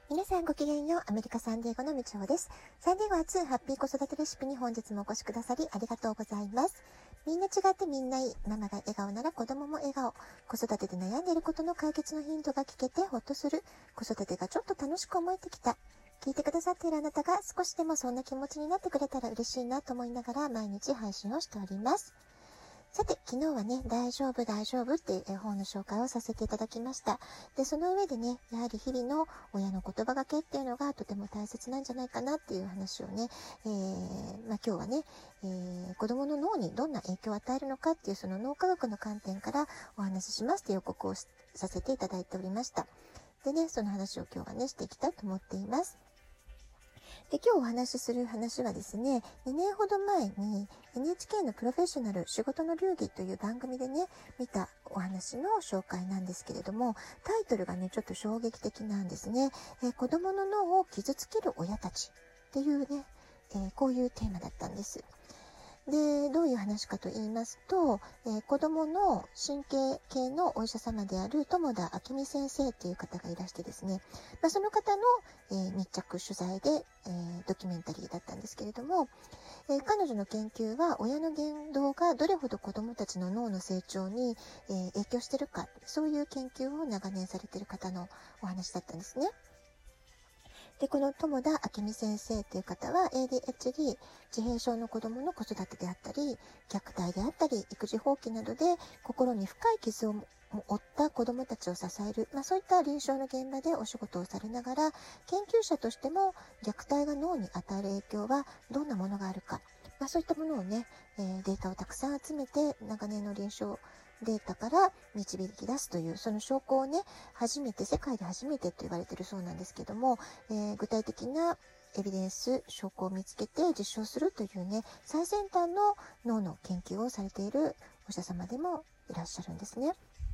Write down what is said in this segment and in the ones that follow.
皆さんごきげんよう。アメリカサンディエゴのみちほです。サンディエゴ初ハッピー子育てレシピに本日もお越しくださりありがとうございます。みんな違ってみんないい。ママが笑顔なら子供も笑顔。子育てで悩んでいることの解決のヒントが聞けてほっとする。子育てがちょっと楽しく思えてきた。聞いてくださっているあなたが少しでもそんな気持ちになってくれたら嬉しいなと思いながら毎日配信をしております。さて、昨日はね、大丈夫大丈夫っていう絵本の紹介をさせていただきました。で、その上でね、やはり日々の親の言葉がけっていうのがとても大切なんじゃないかなっていう話をね、今日はね、子供の脳にどんな影響を与えるのかっていうその脳科学の観点からお話ししますという予告をさせていただいておりました。でね、その話を今日はね、していきたいと思っています。で、今日お話しする話はですね、2年ほど前に NHK のプロフェッショナル仕事の流儀という番組でね、見たお話の紹介なんですけれども、タイトルがね、ちょっと衝撃的なんですね。子供の脳を傷つける親たちっていうね、こういうテーマだったんです。で、どういう話かと言いますと、子供の神経系のお医者様である友田明美先生という方がいらしてですね、その方の、密着取材で、ドキュメンタリーだったんですけれども、彼女の研究は親の言動がどれほど子供たちの脳の成長に、影響しているか、そういう研究を長年されている方のお話だったんですね。で、この友田明美先生という方は ADHD、自閉症の子供の子育てであったり、虐待であったり、育児放棄などで心に深い傷を負った子供たちを支える、そういった臨床の現場でお仕事をされながら、研究者としても虐待が脳に与える影響はどんなものがあるか、そういったものをね、データをたくさん集めて長年の臨床データから導き出すというその証拠をね、世界で初めてと言われているそうなんですけども、具体的なエビデンス証拠を見つけて実証するというね、最先端の脳の研究をされているお医者様でもいらっしゃるんですね。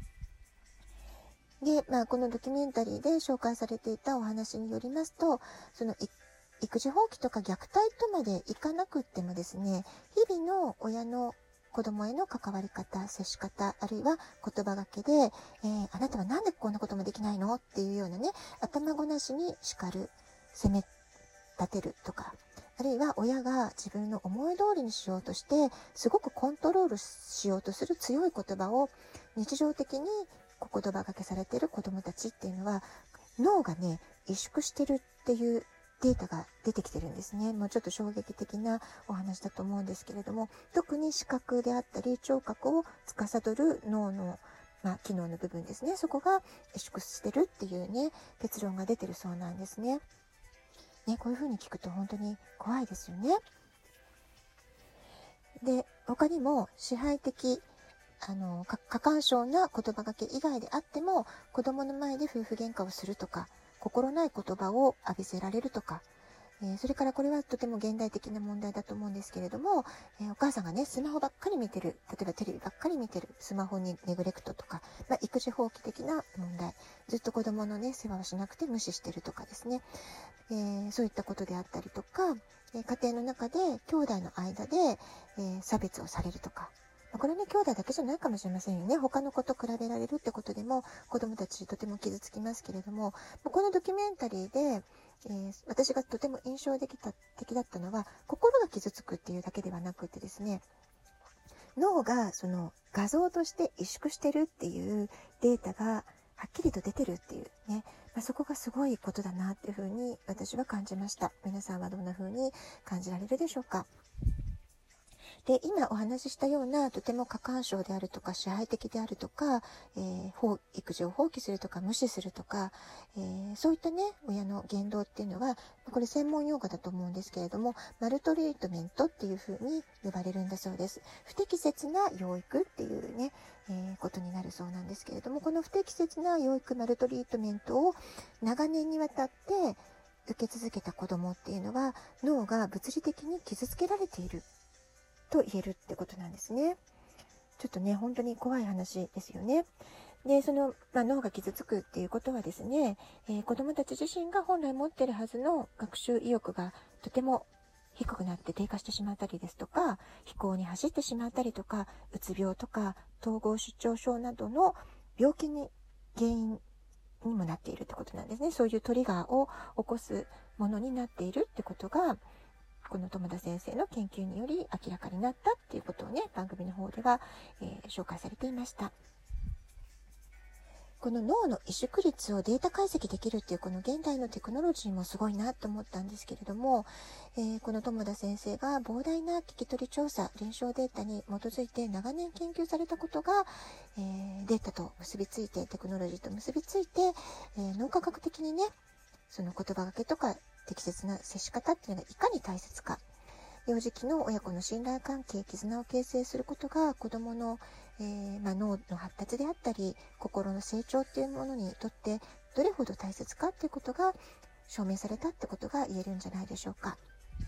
で、このドキュメンタリーで紹介されていたお話によりますと、その育児放棄とか虐待とまでいかなくってもですね、日々の親の子供への関わり方、接し方、あるいは言葉がけで、あなたはなんでこんなこともできないのっていうようなね、頭ごなしに叱る、責め立てるとか、あるいは親が自分の思い通りにしようとして、すごくコントロールしようとする強い言葉を日常的に言葉がけされている子供たちっていうのは、脳がね、萎縮してるっていうデータが出てきてるんですね。もうちょっと衝撃的なお話だと思うんですけれども、特に視覚であったり聴覚を司る脳の、機能の部分ですね。そこが萎縮してるっていうね、結論が出てるそうなんですね。こういうふうに聞くと本当に怖いですよね。で、他にも支配的、過干渉な言葉がけ以外であっても、子供の前で夫婦喧嘩をするとか、心ない言葉を浴びせられるとか、それからこれはとても現代的な問題だと思うんですけれども、お母さんがね、スマホばっかり見てる、例えばテレビばっかり見てる、スマホにネグレクトとか、育児放棄的な問題、ずっと子供のね、世話をしなくて無視してるとかですね、そういったことであったりとか、家庭の中で兄弟の間で、差別をされるとか、これね、兄弟だけじゃないかもしれませんよね。他の子と比べられるってことでも子供たちとても傷つきますけれども、このドキュメンタリーで、私がとても印象的だったのは、心が傷つくっていうだけではなくてですね、脳がその画像として萎縮してるっていうデータがはっきりと出てるっていうね、そこがすごいことだなっていうふうに私は感じました。皆さんはどんなふうに感じられるでしょうか。で、今お話ししたようなとても過干渉であるとか支配的であるとか、育児を放棄するとか無視するとか、そういったね、親の言動っていうのは、これ専門用語だと思うんですけれども、マルトリートメントっていうふうに呼ばれるんだそうです。不適切な養育っていうね、ことになるそうなんですけれども、この不適切な養育マルトリートメントを長年にわたって受け続けた子供っていうのは、脳が物理的に傷つけられていると言えるってことなんですね。ちょっとね、本当に怖い話ですよね。で、その、脳が傷つくっていうことはですね、子供たち自身が本来持っているはずの学習意欲がとても低くなって低下してしまったりですとか、非行に走ってしまったりとか、うつ病とか統合失調症などの病気に原因にもなっているってことなんですね。そういうトリガーを起こすものになっているってことが、この友田先生の研究により明らかになったっていうことをね、番組の方では、紹介されていました。この脳の萎縮率をデータ解析できるっていうこの現代のテクノロジーもすごいなと思ったんですけれども、この友田先生が膨大な聞き取り調査、臨床データに基づいて長年研究されたことが、データと結びついて、テクノロジーと結びついて、脳科学的にね、その言葉がけとか適切な接し方っていうのがいかに大切か。幼児期の親子の信頼関係、絆を形成することが子どもの、脳の発達であったり心の成長っていうものにとってどれほど大切かっていうことが証明されたってことが言えるんじゃないでしょうか。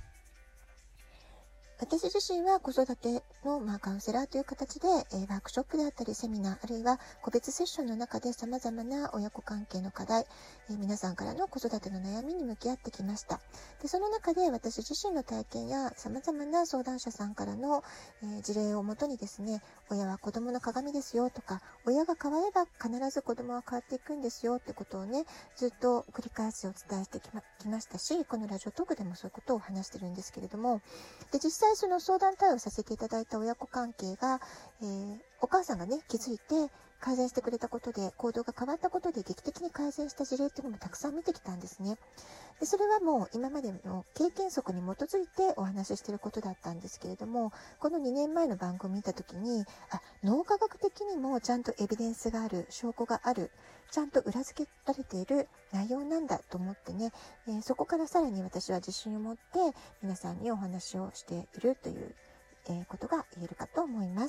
私自身は子育ての、カウンセラーという形で、ワークショップであったりセミナー、あるいは個別セッションの中で様々な親子関係の課題、皆さんからの子育ての悩みに向き合ってきました。で、その中で私自身の体験や様々な相談者さんからの、事例をもとにですね、親は子供の鏡ですよとか、親が変われば必ず子供は変わっていくんですよってことをね、ずっと繰り返しお伝えしてきましたし、このラジオトークでもそういうことを話してるんですけれども、で、実際その相談対応させていただいた親子関係が、お母さんがね、気づいて改善してくれたことで、行動が変わったことで劇的に改善した事例っていうのもたくさん見てきたんですね。で、それはもう今までの経験則に基づいてお話ししていることだったんですけれども、この2年前の番組を見たときに、脳科学的にもちゃんとエビデンスがある、証拠がある、ちゃんと裏付けられている内容なんだと思ってね、そこからさらに私は自信を持って皆さんにお話をしているという、ことが言えるかと思います。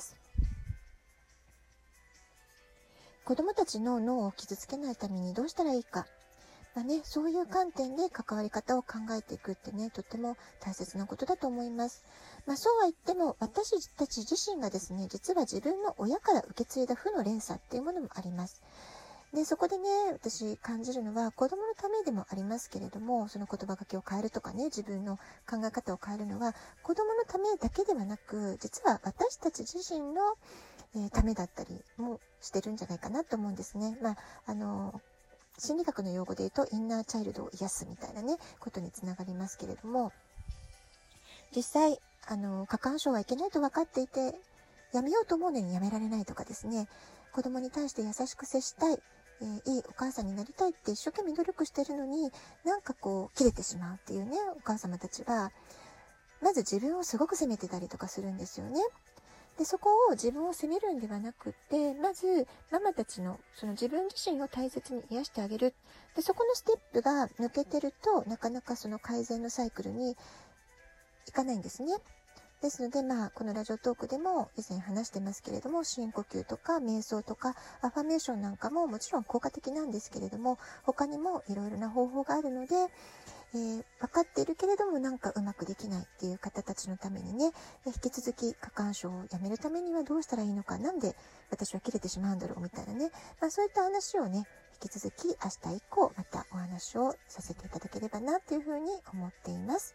子どもたちの脳を傷つけないためにどうしたらいいか。そういう観点で関わり方を考えていくってね、とっても大切なことだと思います。そうは言っても、私たち自身がですね、実は自分の親から受け継いだ負の連鎖っていうものもあります。で、そこでね、私感じるのは、子供のためでもありますけれども、その言葉がけを変えるとかね、自分の考え方を変えるのは、子供のためだけではなく、実は私たち自身の、ためだったりもしてるんじゃないかなと思うんですね。心理学の用語で言うとインナーチャイルドを癒すみたいなねことにつながりますけれども、実際過干渉はいけないと分かっていてやめようと思うのにやめられないとかですね、子供に対して優しく接したい、いいお母さんになりたいって一生懸命努力してるのに切れてしまうっていうね、お母様たちはまず自分をすごく責めてたりとかするんですよね。で、そこを自分を責めるんではなくって、まず、ママたちの、その自分自身を大切に癒してあげる。で、そこのステップが抜けてると、なかなかその改善のサイクルにいかないんですね。ですので、このラジオトークでも以前話してますけれども、深呼吸とか瞑想とかアファメーションなんかももちろん効果的なんですけれども、他にもいろいろな方法があるので、分かっているけれどもうまくできないっていう方たちのためにね、引き続き過干渉をやめるためにはどうしたらいいのか、なんで私は切れてしまうんだろうみたいなね、そういった話をね、引き続き明日以降またお話をさせていただければなというふうに思っています。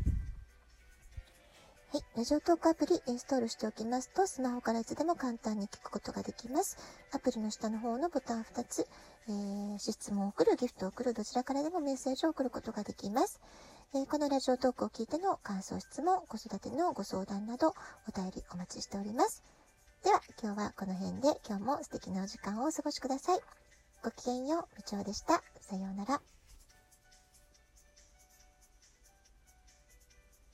はい。ラジオトークアプリインストールしておきますと、スマホからいつでも簡単に聞くことができます。アプリの下の方のボタン2つ、質問を送る、ギフトを送る、どちらからでもメッセージを送ることができます。このラジオトークを聞いての感想、質問、子育てのご相談など、お便りお待ちしております。では、今日はこの辺で、今日も素敵なお時間をお過ごしください。ごきげんよう、みちおでした。さようなら。